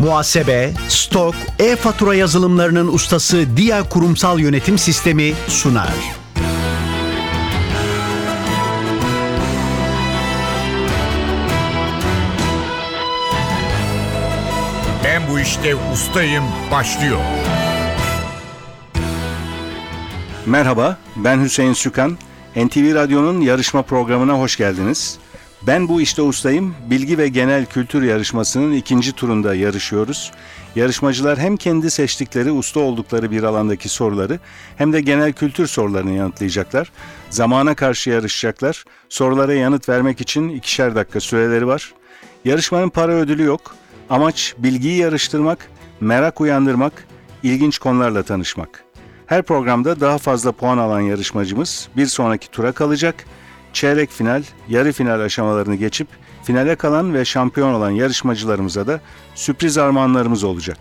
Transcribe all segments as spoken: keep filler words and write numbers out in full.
muhasebe, stok, e-fatura yazılımlarının ustası Dia Kurumsal Yönetim Sistemi sunar. Ben bu işte ustayım başlıyor. Merhaba, ben Hüseyin Sükan. N T V Radyo'nun yarışma programına hoş geldiniz. Ben bu işte ustayım, bilgi ve genel kültür yarışmasının ikinci turunda yarışıyoruz. Yarışmacılar hem kendi seçtikleri, usta oldukları bir alandaki soruları hem de genel kültür sorularını yanıtlayacaklar. Zamana karşı yarışacaklar. Sorulara yanıt vermek için ikişer dakika süreleri var. Yarışmanın para ödülü yok. Amaç bilgiyi yarıştırmak, merak uyandırmak, ilginç konularla tanışmak. Her programda daha fazla puan alan yarışmacımız bir sonraki tura kalacak. Çeyrek final, yarı final aşamalarını geçip finale kalan ve şampiyon olan yarışmacılarımıza da sürpriz armağanlarımız olacak.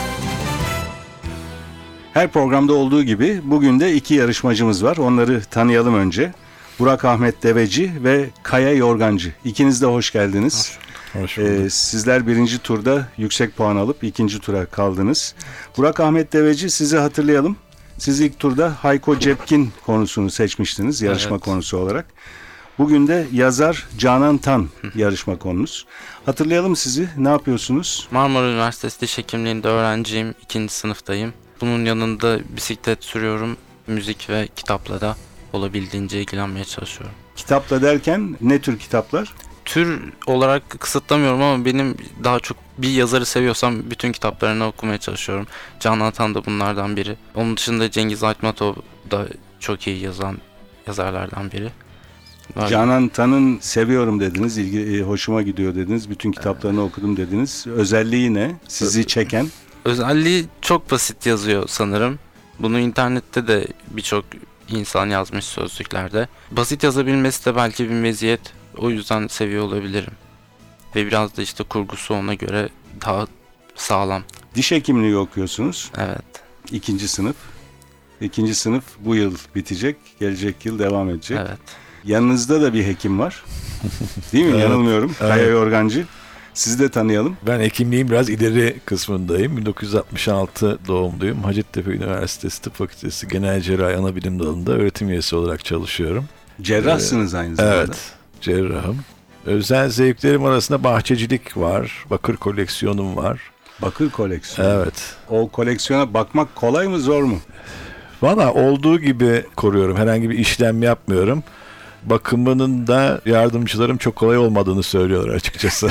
Her programda olduğu gibi bugün de iki yarışmacımız var. Onları tanıyalım önce. Burak Ahmet Deveci ve Kaya Yorgancı. İkiniz de hoş geldiniz. Hoş bulduk. Ee, sizler birinci turda yüksek puan alıp ikinci tura kaldınız. Burak Ahmet Deveci, sizi hatırlayalım. Siz ilk turda Hayko Cepkin konusunu seçmiştiniz yarışma evet. konusu olarak. Bugün de yazar Canan Tan yarışma konunuz. Hatırlayalım sizi. Ne yapıyorsunuz? Marmara Üniversitesi Diş Hekimliği'nde öğrenciyim. ikinci sınıftayım. Bunun yanında bisiklet sürüyorum. Müzik ve kitapla da olabildiğince ilgilenmeye çalışıyorum. Kitapla derken ne tür kitaplar? Tür olarak kısıtlamıyorum ama benim daha çok bir yazarı seviyorsam bütün kitaplarını okumaya çalışıyorum. Canan Tan da bunlardan biri. Onun dışında Cengiz Aytmatov da çok iyi yazan yazarlardan biri. Var. Canan Tan'ın seviyorum dediniz, ilgi, hoşuma gidiyor dediniz, bütün kitaplarını evet. okudum dediniz. Özelliği ne? Sizi çeken? Özelliği çok basit yazıyor sanırım. Bunu internette de birçok insan yazmış sözlüklerde. Basit yazabilmesi de belki bir meziyet. O yüzden seviyor olabilirim. Ve biraz da işte kurgusu ona göre daha sağlam. Diş hekimliği okuyorsunuz. Evet. İkinci sınıf. İkinci sınıf bu yıl bitecek. Gelecek yıl devam edecek. Evet. Yanınızda da bir hekim var. Değil mi? Evet. Yanılmıyorum. Evet. Kaya Yorgancı. Sizi de tanıyalım. Ben hekimliğin biraz ileri kısmındayım. bin dokuz yüz altmış altı doğumluyum. Hacettepe Üniversitesi Tıp Fakültesi Genel Cerrahi Anabilim Dalı'nda öğretim üyesi olarak çalışıyorum. Cerrahsınız ee, aynı zamanda. Evet. Cerrahım. Özel zevklerim arasında bahçecilik var. Bakır koleksiyonum var. Bakır koleksiyonu. Evet. O koleksiyona bakmak kolay mı, zor mu? Valla olduğu gibi koruyorum. Herhangi bir işlem yapmıyorum. Bakımının da yardımcılarım çok kolay olmadığını söylüyorlar açıkçası.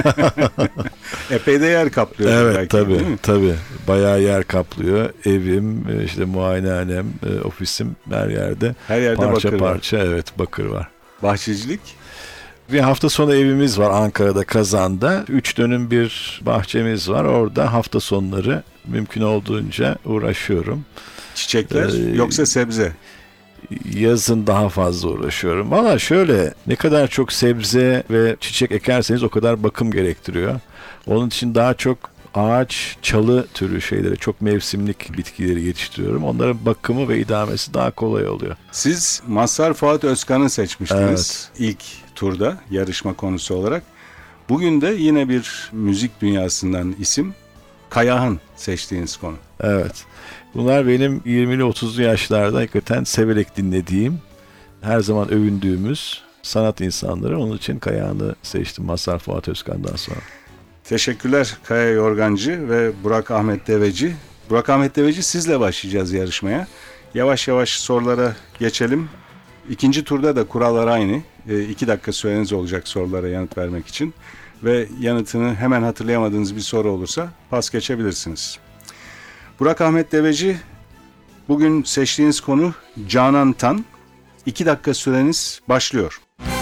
Epey de yer kaplıyor. Evet belki, tabii tabii. Bayağı yer kaplıyor. Evim, işte muayenehanem, ofisim her yerde. Her yerde parça bakır parça var. Evet bakır var. Bahçecilik? Bir hafta sonu evimiz var Ankara'da, Kazan'da. Üç dönüm bir bahçemiz var. Orada hafta sonları mümkün olduğunca uğraşıyorum. Çiçekler ee, yoksa sebze? Yazın daha fazla uğraşıyorum. Valla şöyle, ne kadar çok sebze ve çiçek ekerseniz o kadar bakım gerektiriyor. Onun için daha çok ağaç, çalı türü şeyleri, çok mevsimlik bitkileri yetiştiriyorum. Onların bakımı ve idamesi daha kolay oluyor. Siz Mazhar Fuat Özkan'ı seçmiştiniz evet. ilk turda yarışma konusu olarak. Bugün de yine bir müzik dünyasından isim Kayahan seçtiğiniz konu. Evet. Bunlar benim yirmili otuzlu yaşlarda hakikaten severek dinlediğim, her zaman övündüğümüz sanat insanları. Onun için Kayahan'ı seçtim Mazhar Fuat Özkan'dan sonra. Teşekkürler Kaya Yorgancı ve Burak Ahmet Deveci. Burak Ahmet Deveci, sizle başlayacağız yarışmaya. Yavaş yavaş sorulara geçelim. İkinci turda da kurallar aynı. E, iki dakika süreniz olacak sorulara yanıt vermek için. Ve yanıtını hemen hatırlayamadığınız bir soru olursa pas geçebilirsiniz. Burak Ahmet Deveci, bugün seçtiğiniz konu Canan Tan. İki dakika süreniz başlıyor.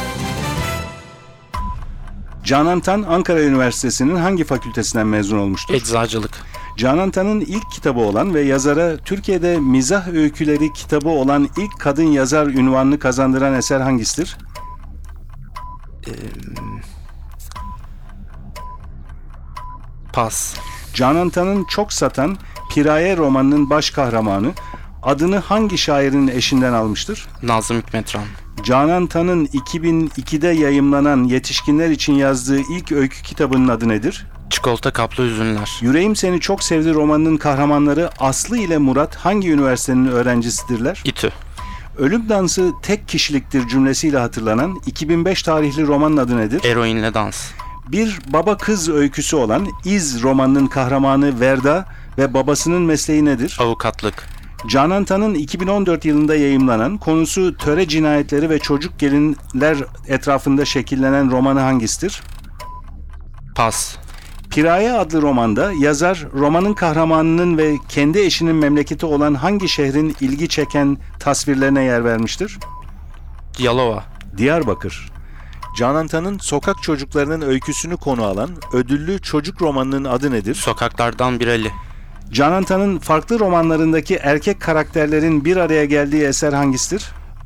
Canan Tan, Ankara Üniversitesi'nin hangi fakültesinden mezun olmuştur? Eczacılık. Canan Tan'ın ilk kitabı olan ve yazara Türkiye'de mizah öyküleri kitabı olan ilk kadın yazar unvanını kazandıran eser hangisidir? Ee, pas. Canan Tan'ın çok satan Piraye romanının baş kahramanı adını hangi şairin eşinden almıştır? Nazım Hikmetran. Canan Tan'ın iki bin ikide yayımlanan yetişkinler için yazdığı ilk öykü kitabının adı nedir? Çikolata kaplı hüzünler. Yüreğim Seni Çok Sevdi romanının kahramanları Aslı ile Murat hangi üniversitenin öğrencisidirler? İTÜ. Ölüm Dansı tek kişiliktir cümlesiyle hatırlanan iki bin beş tarihli romanın adı nedir? Eroinle dans. Bir baba kız öyküsü olan İz romanının kahramanı Verda ve babasının mesleği nedir? Avukatlık. Canan Tan'ın iki bin on dört yılında yayımlanan, konusu töre cinayetleri ve çocuk gelinler etrafında şekillenen romanı hangisidir? Pas. Piraye adlı romanda yazar romanın kahramanının ve kendi eşinin memleketi olan hangi şehrin ilgi çeken tasvirlerine yer vermiştir? Yalova. Diyarbakır. Canan Tan'ın sokak çocuklarının öyküsünü konu alan ödüllü çocuk romanının adı nedir? Sokaklardan bir Ali. Canan Tan'ın farklı romanlarındaki erkek karakterlerin bir araya geldiği eser hangisidir?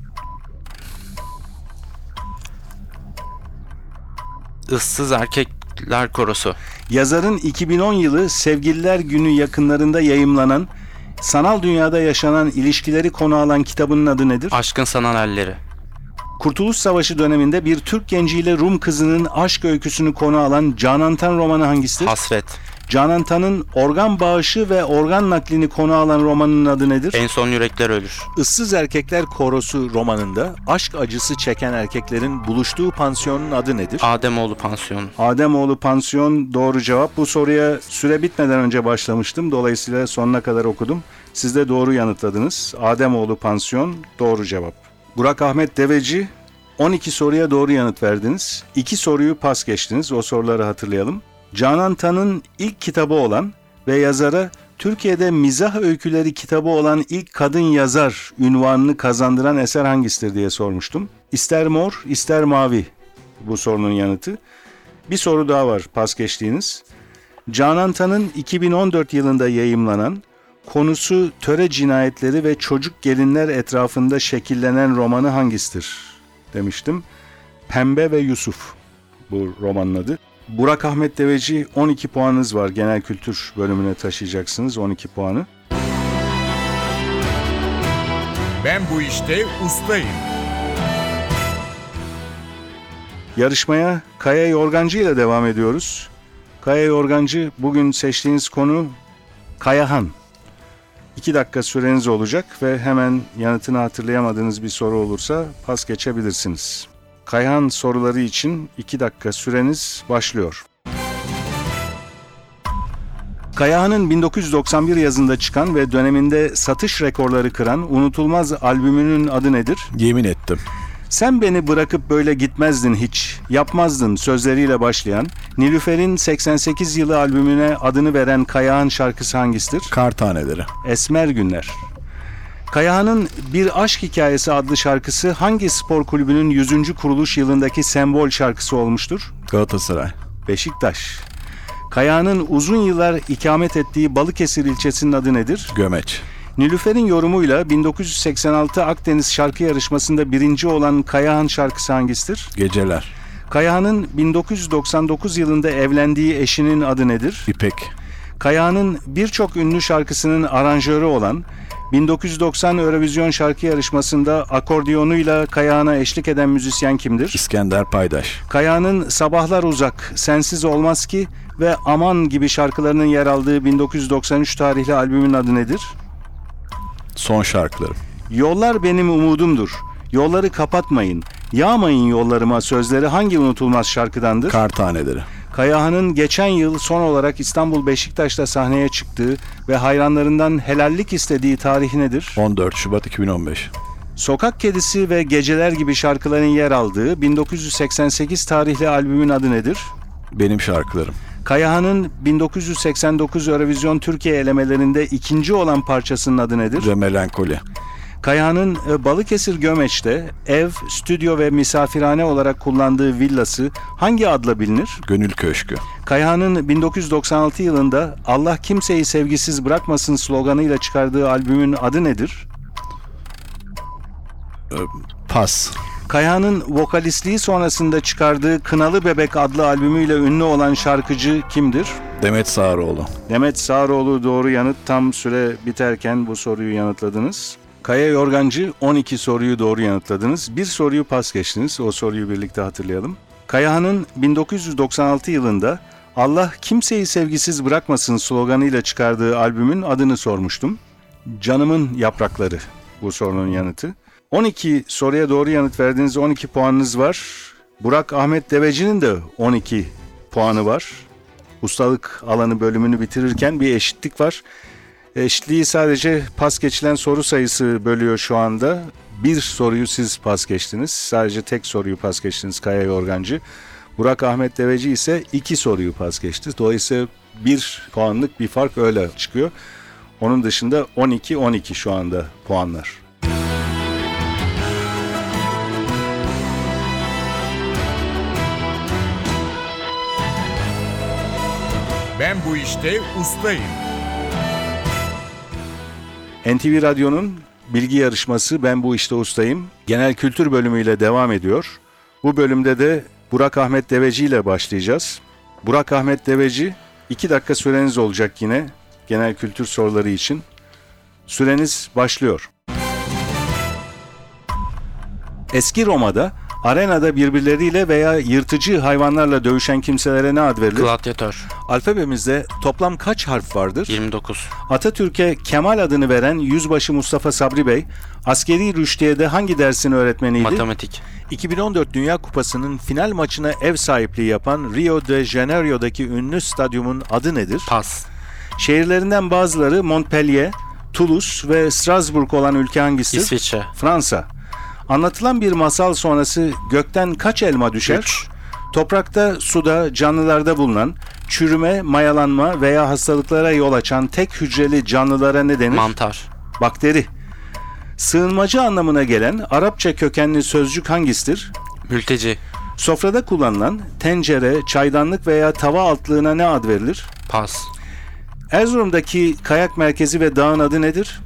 Issız Erkekler Korosu. Yazarın iki bin on yılı Sevgililer Günü yakınlarında yayımlanan, sanal dünyada yaşanan ilişkileri konu alan kitabının adı nedir? Aşkın Sanal Elleri. Kurtuluş Savaşı döneminde bir Türk genciyle Rum kızının aşk öyküsünü konu alan Canan Tan romanı hangisidir? Hasret. Canan Tan'ın organ bağışı ve organ naklini konu alan romanının adı nedir? En Son Yürekler Ölür. Issız Erkekler Korosu romanında aşk acısı çeken erkeklerin buluştuğu pansiyonun adı nedir? Ademoğlu Pansiyonu. Ademoğlu Pansiyon doğru cevap. Bu soruya süre bitmeden önce başlamıştım. Dolayısıyla sonuna kadar okudum. Siz de doğru yanıtladınız. Ademoğlu Pansiyon doğru cevap. Burak Ahmet Deveci, on iki soruya doğru yanıt verdiniz. iki soruyu pas geçtiniz. O soruları hatırlayalım. Canan Tan'ın ilk kitabı olan ve yazara Türkiye'de mizah öyküleri kitabı olan ilk kadın yazar unvanını kazandıran eser hangisidir diye sormuştum. İster mor, ister mavi bu sorunun yanıtı. Bir soru daha var pas geçtiğiniz. Canan Tan'ın iki bin on dört yılında yayımlanan, konusu töre cinayetleri ve çocuk gelinler etrafında şekillenen romanı hangisidir demiştim. Pembe ve Yusuf bu romanın adı. Burak Ahmet Deveci, on iki puanınız var. Genel kültür bölümüne taşıyacaksınız on iki puanı. Ben bu işte ustayım. Yarışmaya Kaya Yorgancı ile devam ediyoruz. Kaya Yorgancı, bugün seçtiğiniz konu Kayahan. iki dakika süreniz olacak ve hemen yanıtını hatırlayamadığınız bir soru olursa pas geçebilirsiniz. Kayahan soruları için iki dakika süreniz başlıyor. Kayahan'ın bin dokuz yüz doksan bir yazında çıkan ve döneminde satış rekorları kıran unutulmaz albümünün adı nedir? Yemin ettim. Sen beni bırakıp böyle gitmezdin hiç, yapmazdın sözleriyle başlayan, Nilüfer'in seksen sekiz yılı albümüne adını veren Kayahan şarkısı hangisidir? Kar Taneleri. Esmer Günler. Kayahan'ın Bir Aşk Hikayesi adlı şarkısı hangi spor kulübünün yüzüncü kuruluş yılındaki sembol şarkısı olmuştur? Galatasaray. Beşiktaş. Kayahan'ın uzun yıllar ikamet ettiği Balıkesir ilçesinin adı nedir? Gömeç. Nilüfer'in yorumuyla bin dokuz yüz seksen altı Akdeniz şarkı yarışmasında birinci olan Kayahan şarkısı hangisidir? Geceler. Kayahan'ın bin dokuz yüz doksan dokuz yılında evlendiği eşinin adı nedir? İpek. Kayahan'ın birçok ünlü şarkısının aranjörü olan, bin dokuz yüz doksan Eurovision şarkı yarışmasında akordiyonuyla Kayahan'a eşlik eden müzisyen kimdir? İskender Paydaş. Kayahan'ın Sabahlar Uzak, Sensiz Olmaz Ki ve Aman gibi şarkılarının yer aldığı bin dokuz yüz doksan üç tarihli albümün adı nedir? Son şarkılarım. Yollar benim umudumdur. Yolları kapatmayın. Yağmayın yollarıma sözleri hangi unutulmaz şarkıdandır? Kar Taneleri. Kayahan'ın geçen yıl son olarak İstanbul Beşiktaş'ta sahneye çıktığı ve hayranlarından helallik istediği tarih nedir? on dört Şubat iki bin on beş. Sokak Kedisi ve Geceler gibi şarkıların yer aldığı bin dokuz yüz seksen sekiz tarihli albümün adı nedir? Benim şarkılarım. Kayahan'ın bin dokuz yüz seksen dokuz Eurovision Türkiye elemelerinde ikinci olan parçasının adı nedir? Ve Melankoli. Kayahan'ın Balıkesir Gömeç'te ev, stüdyo ve misafirhane olarak kullandığı villası hangi adla bilinir? Gönül Köşkü. Kayahan'ın bin dokuz yüz doksan altı yılında Allah kimseyi sevgisiz bırakmasın sloganıyla çıkardığı albümün adı nedir? Pas. Kayahan'ın vokalistliği sonrasında çıkardığı Kınalı Bebek adlı albümüyle ünlü olan şarkıcı kimdir? Demet Sağaroğlu. Demet Sağaroğlu doğru yanıt. Tam süre biterken bu soruyu yanıtladınız. Kaya Yorgancı on iki soruyu doğru yanıtladınız. Bir soruyu pas geçtiniz. O soruyu birlikte hatırlayalım. Kayahan'ın bin dokuz yüz doksan altı yılında Allah kimseyi sevgisiz bırakmasın sloganıyla çıkardığı albümün adını sormuştum. Canımın Yaprakları bu sorunun yanıtı. on iki soruya doğru yanıt verdiğiniz on iki puanınız var. Burak Ahmet Deveci'nin de on iki puanı var. Ustalık alanı bölümünü bitirirken bir eşitlik var. Eşitliği sadece pas geçilen soru sayısı bölüyor şu anda. Bir soruyu siz pas geçtiniz. Sadece tek soruyu pas geçtiniz Kaya Yorgancı. Burak Ahmet Deveci ise iki soruyu pas geçti. Dolayısıyla bir puanlık bir fark öyle çıkıyor. Onun dışında on iki on iki şu anda puanlar. Ben bu işte ustayım. N T V Radyo'nun bilgi yarışması Ben Bu İşte Ustayım genel kültür bölümüyle devam ediyor. Bu bölümde de Burak Ahmet Deveci ile başlayacağız. Burak Ahmet Deveci, iki dakika süreniz olacak yine genel kültür soruları için. Süreniz başlıyor. Eski Roma'da arenada birbirleriyle veya yırtıcı hayvanlarla dövüşen kimselere ne ad verilir? Gladyatör. Alfabemizde toplam kaç harf vardır? yirmi dokuz. Atatürk'e Kemal adını veren Yüzbaşı Mustafa Sabri Bey, askeri rüştiyede hangi dersin öğretmeniydi? Matematik. iki bin on dört Dünya Kupası'nın final maçına ev sahipliği yapan Rio de Janeiro'daki ünlü stadyumun adı nedir? Pas. Şehirlerinden bazıları Montpellier, Toulouse ve Strasbourg olan ülke hangisidir? İsviçre. Fransa. Anlatılan bir masal sonrası gökten kaç elma düşer? Üç. Toprakta, suda, canlılarda bulunan çürüme, mayalanma veya hastalıklara yol açan tek hücreli canlılara ne denir? Mantar. Bakteri. Sığınmacı anlamına gelen Arapça kökenli sözcük hangisidir? Mülteci. Sofrada kullanılan tencere, çaydanlık veya tava altlığına ne ad verilir? Pas. Erzurum'daki kayak merkezi ve dağın adı nedir?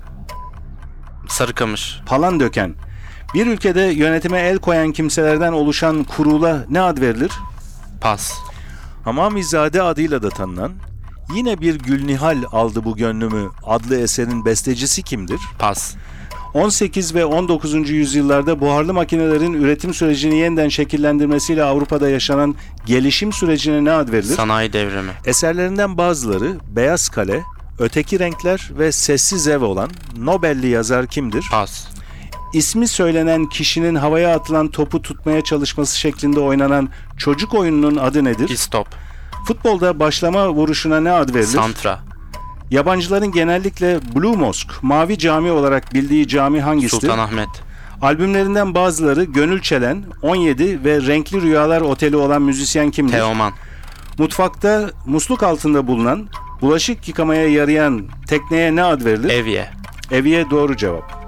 Sarıkamış. Palandöken. Bir ülkede yönetime el koyan kimselerden oluşan kurula ne ad verilir? Pas. Hamamizade adıyla da tanınan Yine Bir Gülnihal Aldı Bu Gönlümü adlı eserin bestecisi kimdir? Pas. on sekiz ve on dokuzuncu yüzyıllarda buharlı makinelerin üretim sürecini yeniden şekillendirmesiyle Avrupa'da yaşanan gelişim sürecine ne ad verilir? Sanayi devrimi. Eserlerinden bazıları Beyaz Kale, Öteki Renkler ve Sessiz Ev olan Nobel'li yazar kimdir? Pas. İsmi söylenen kişinin havaya atılan topu tutmaya çalışması şeklinde oynanan çocuk oyununun adı nedir? İstop. Futbolda başlama vuruşuna ne ad verilir? Santra. Yabancıların genellikle Blue Mosque, Mavi Cami olarak bildiği cami hangisidir? Sultanahmet. Albümlerinden bazıları Gönül Çelen, on yedi ve Renkli Rüyalar Oteli olan müzisyen kimdir? Teoman. Mutfakta musluk altında bulunan, bulaşık yıkamaya yarayan tekneye ne ad verilir? Evye. Eviye doğru cevap.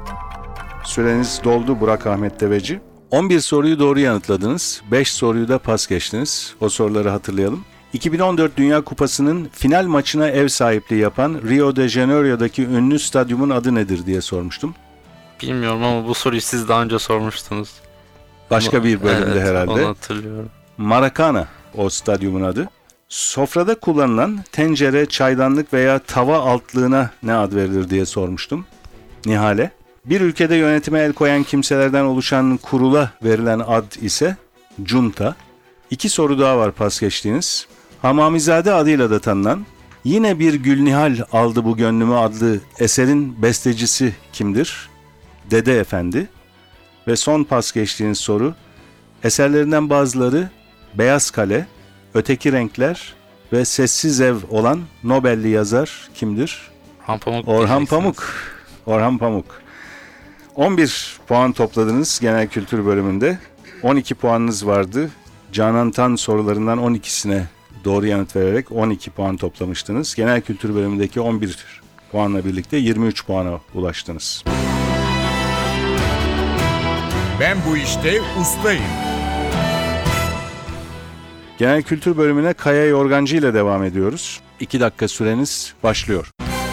Süreniz doldu Burak Ahmet Deveci. on bir soruyu doğru yanıtladınız. beş soruyu da pas geçtiniz. O soruları hatırlayalım. iki bin on dört Dünya Kupası'nın final maçına ev sahipliği yapan Rio de Janeiro'daki ünlü stadyumun adı nedir diye sormuştum. Bilmiyorum ama bu soruyu siz daha önce sormuştunuz. Başka Onu- bir bölümde evet, herhalde. Onu hatırlıyorum. Maracana o stadyumun adı. Sofrada kullanılan tencere, çaydanlık veya tava altlığına ne ad verilir diye sormuştum. Nihale. Bir ülkede yönetime el koyan kimselerden oluşan kurula verilen ad ise junta. İki soru daha var pas geçtiğiniz. Hamamizade adıyla da tanınan Yine Bir Gülnihal Aldı Bu Gönlümü adlı eserin bestecisi kimdir? Dede Efendi. Ve son pas geçtiğiniz soru, eserlerinden bazıları Beyaz Kale, Öteki Renkler ve Sessiz Ev olan Nobel'li yazar kimdir? Orhan Pamuk. Orhan diyeceksiniz. Pamuk. Orhan Pamuk. on bir puan topladınız genel kültür bölümünde. on iki puanınız vardı. Canan Tan sorularından on ikisine doğru yanıt vererek on iki puan toplamıştınız. Genel kültür bölümündeki on bir puanla birlikte yirmi üç puana ulaştınız. Ben bu işte ustayım. Genel kültür bölümüne Kaya Yorgancı ile devam ediyoruz. iki dakika süreniz başlıyor.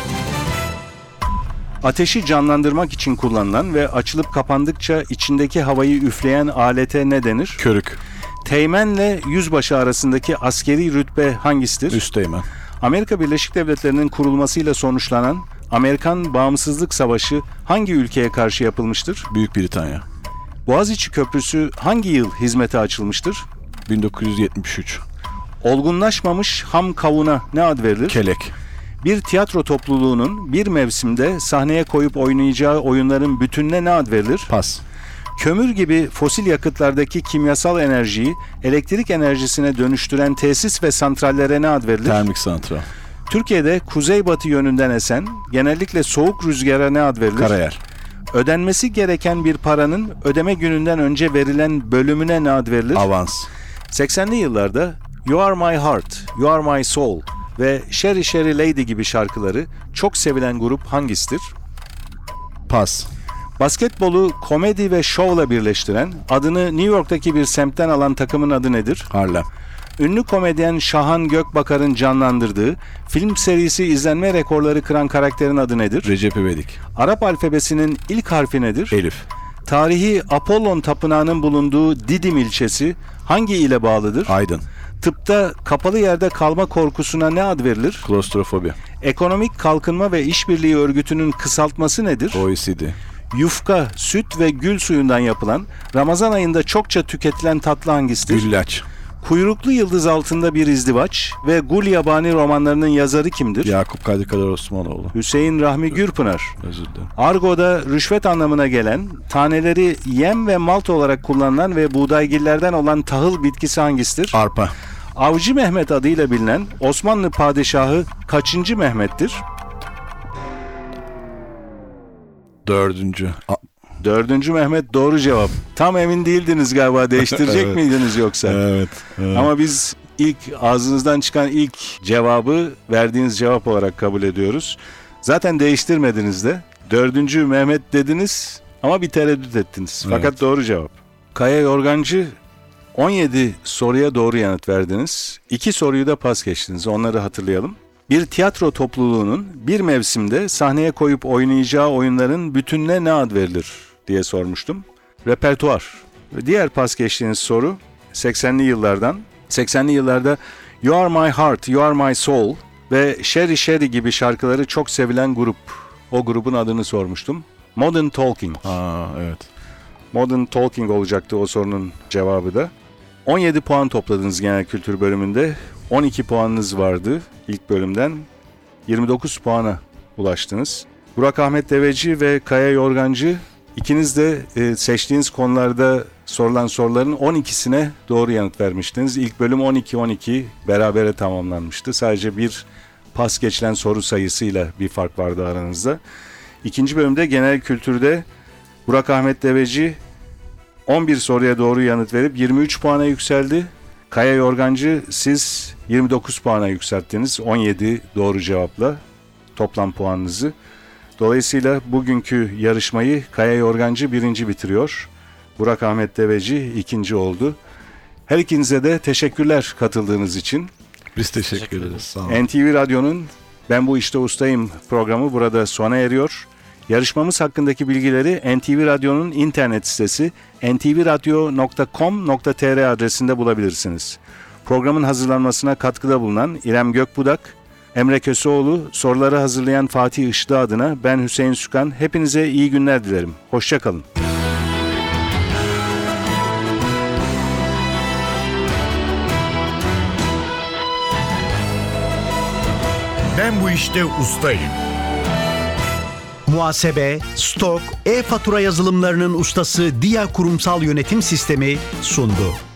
Ateşi canlandırmak için kullanılan ve açılıp kapandıkça içindeki havayı üfleyen alete ne denir? Körük. Teğmenle yüzbaşı arasındaki askeri rütbe hangisidir? Üsteğmen. Amerika Birleşik Devletleri'nin kurulmasıyla sonuçlanan Amerikan Bağımsızlık Savaşı hangi ülkeye karşı yapılmıştır? Büyük Britanya. Boğaziçi Köprüsü hangi yıl hizmete açılmıştır? bin dokuz yüz yetmiş üç. Olgunlaşmamış ham kavuna ne ad verilir? Kelek. Bir tiyatro topluluğunun bir mevsimde sahneye koyup oynayacağı oyunların bütününe ne ad verilir? Pas. Kömür gibi fosil yakıtlardaki kimyasal enerjiyi elektrik enerjisine dönüştüren tesis ve santrallere ne ad verilir? Termik santral. Türkiye'de kuzeybatı yönünden esen, genellikle soğuk rüzgara ne ad verilir? Karayel. Ödenmesi gereken bir paranın ödeme gününden önce verilen bölümüne ne ad verilir? Avans. seksenli yıllarda You Are My Heart, You Are My Soul ve Sherry Sherry Lady gibi şarkıları çok sevilen grup hangisidir? Pas. Basketbolu komedi ve şovla birleştiren, adını New York'taki bir semtten alan takımın adı nedir? Harlem. Ünlü komedyen Şahan Gökbakar'ın canlandırdığı film serisi izlenme rekorları kıran karakterin adı nedir? Recep İvedik. Arap alfabesinin ilk harfi nedir? Elif. Tarihi Apollon Tapınağı'nın bulunduğu Didim ilçesi hangi ile bağlıdır? Aydın. Tıpta kapalı yerde kalma korkusuna ne ad verilir? Klostrofobi. Ekonomik Kalkınma ve İşbirliği Örgütü'nün kısaltması nedir? O E C D. Yufka, süt ve gül suyundan yapılan, Ramazan ayında çokça tüketilen tatlı hangisidir? Güllaç. Kuyruklu Yıldız Altında Bir İzdivaç ve Gul Yabani romanlarının yazarı kimdir? Yakup Kadri Kader Osmanoğlu. Hüseyin Rahmi Gürpınar. Özür dilerim. Argo'da rüşvet anlamına gelen, taneleri yem ve malt olarak kullanılan ve buğdaygillerden olan tahıl bitkisi hangisidir? Arpa. Avcı Mehmet adıyla bilinen Osmanlı padişahı kaçıncı Mehmet'tir? Dördüncü. A- Dördüncü Mehmet doğru cevap. Tam emin değildiniz galiba, değiştirecek Evet. miydiniz yoksa? evet. evet. Ama biz ilk ağzınızdan çıkan ilk cevabı verdiğiniz cevap olarak kabul ediyoruz. Zaten değiştirmediniz de. Dördüncü Mehmet dediniz ama bir tereddüt ettiniz. Fakat Evet. doğru cevap. Kaya Yorgancı, on yedi soruya doğru yanıt verdiniz. İki soruyu da pas geçtiniz. Onları hatırlayalım. Bir tiyatro topluluğunun bir mevsimde sahneye koyup oynayacağı oyunların bütününe ne ad verilir diye sormuştum. Repertuar. Ve diğer pas geçtiğiniz soru seksenli yıllardan. seksenli yıllarda You Are My Heart, You Are My Soul ve Sherry Sherry gibi şarkıları çok sevilen grup. O grubun adını sormuştum. Modern Talking. Aa, evet. Modern Talking olacaktı o sorunun cevabı da. on yedi puan topladınız genel kültür bölümünde. on iki puanınız vardı ilk bölümden. yirmi dokuz puana ulaştınız. Burak Ahmet Deveci ve Kaya Yorgancı, ikiniz de e, seçtiğiniz konularda sorulan soruların on ikisine doğru yanıt vermiştiniz. İlk bölüm on iki on iki berabere tamamlanmıştı. Sadece bir pas geçilen soru sayısıyla bir fark vardı aranızda. İkinci bölümde genel kültürde Burak Ahmet Deveci on bir soruya doğru yanıt verip yirmi üç puana yükseldi. Kaya Yorgancı, siz yirmi dokuz puana yükselttiniz on yedi doğru cevapla toplam puanınızı. Dolayısıyla bugünkü yarışmayı Kaya Yorgancı birinci bitiriyor. Burak Ahmet Deveci ikinci oldu. Her ikinize de teşekkürler katıldığınız için. Biz teşekkür, Teşekkür ederiz. Sağ olun. N T V Radyo'nun Ben Bu İşte Ustayım programı burada sona eriyor. Yarışmamız hakkındaki bilgileri N T V Radyo'nun internet sitesi en ti vi radyo nokta com nokta t r adresinde bulabilirsiniz. Programın hazırlanmasına katkıda bulunan İrem Gökbudak, Emre Köseoğlu, soruları hazırlayan Fatih Işıdı adına ben Hüseyin Sükan. Hepinize iyi günler dilerim. Hoşça kalın. Ben bu işte ustayım. Muhasebe, stok, e-fatura yazılımlarının ustası Dia Kurumsal Yönetim Sistemi sundu.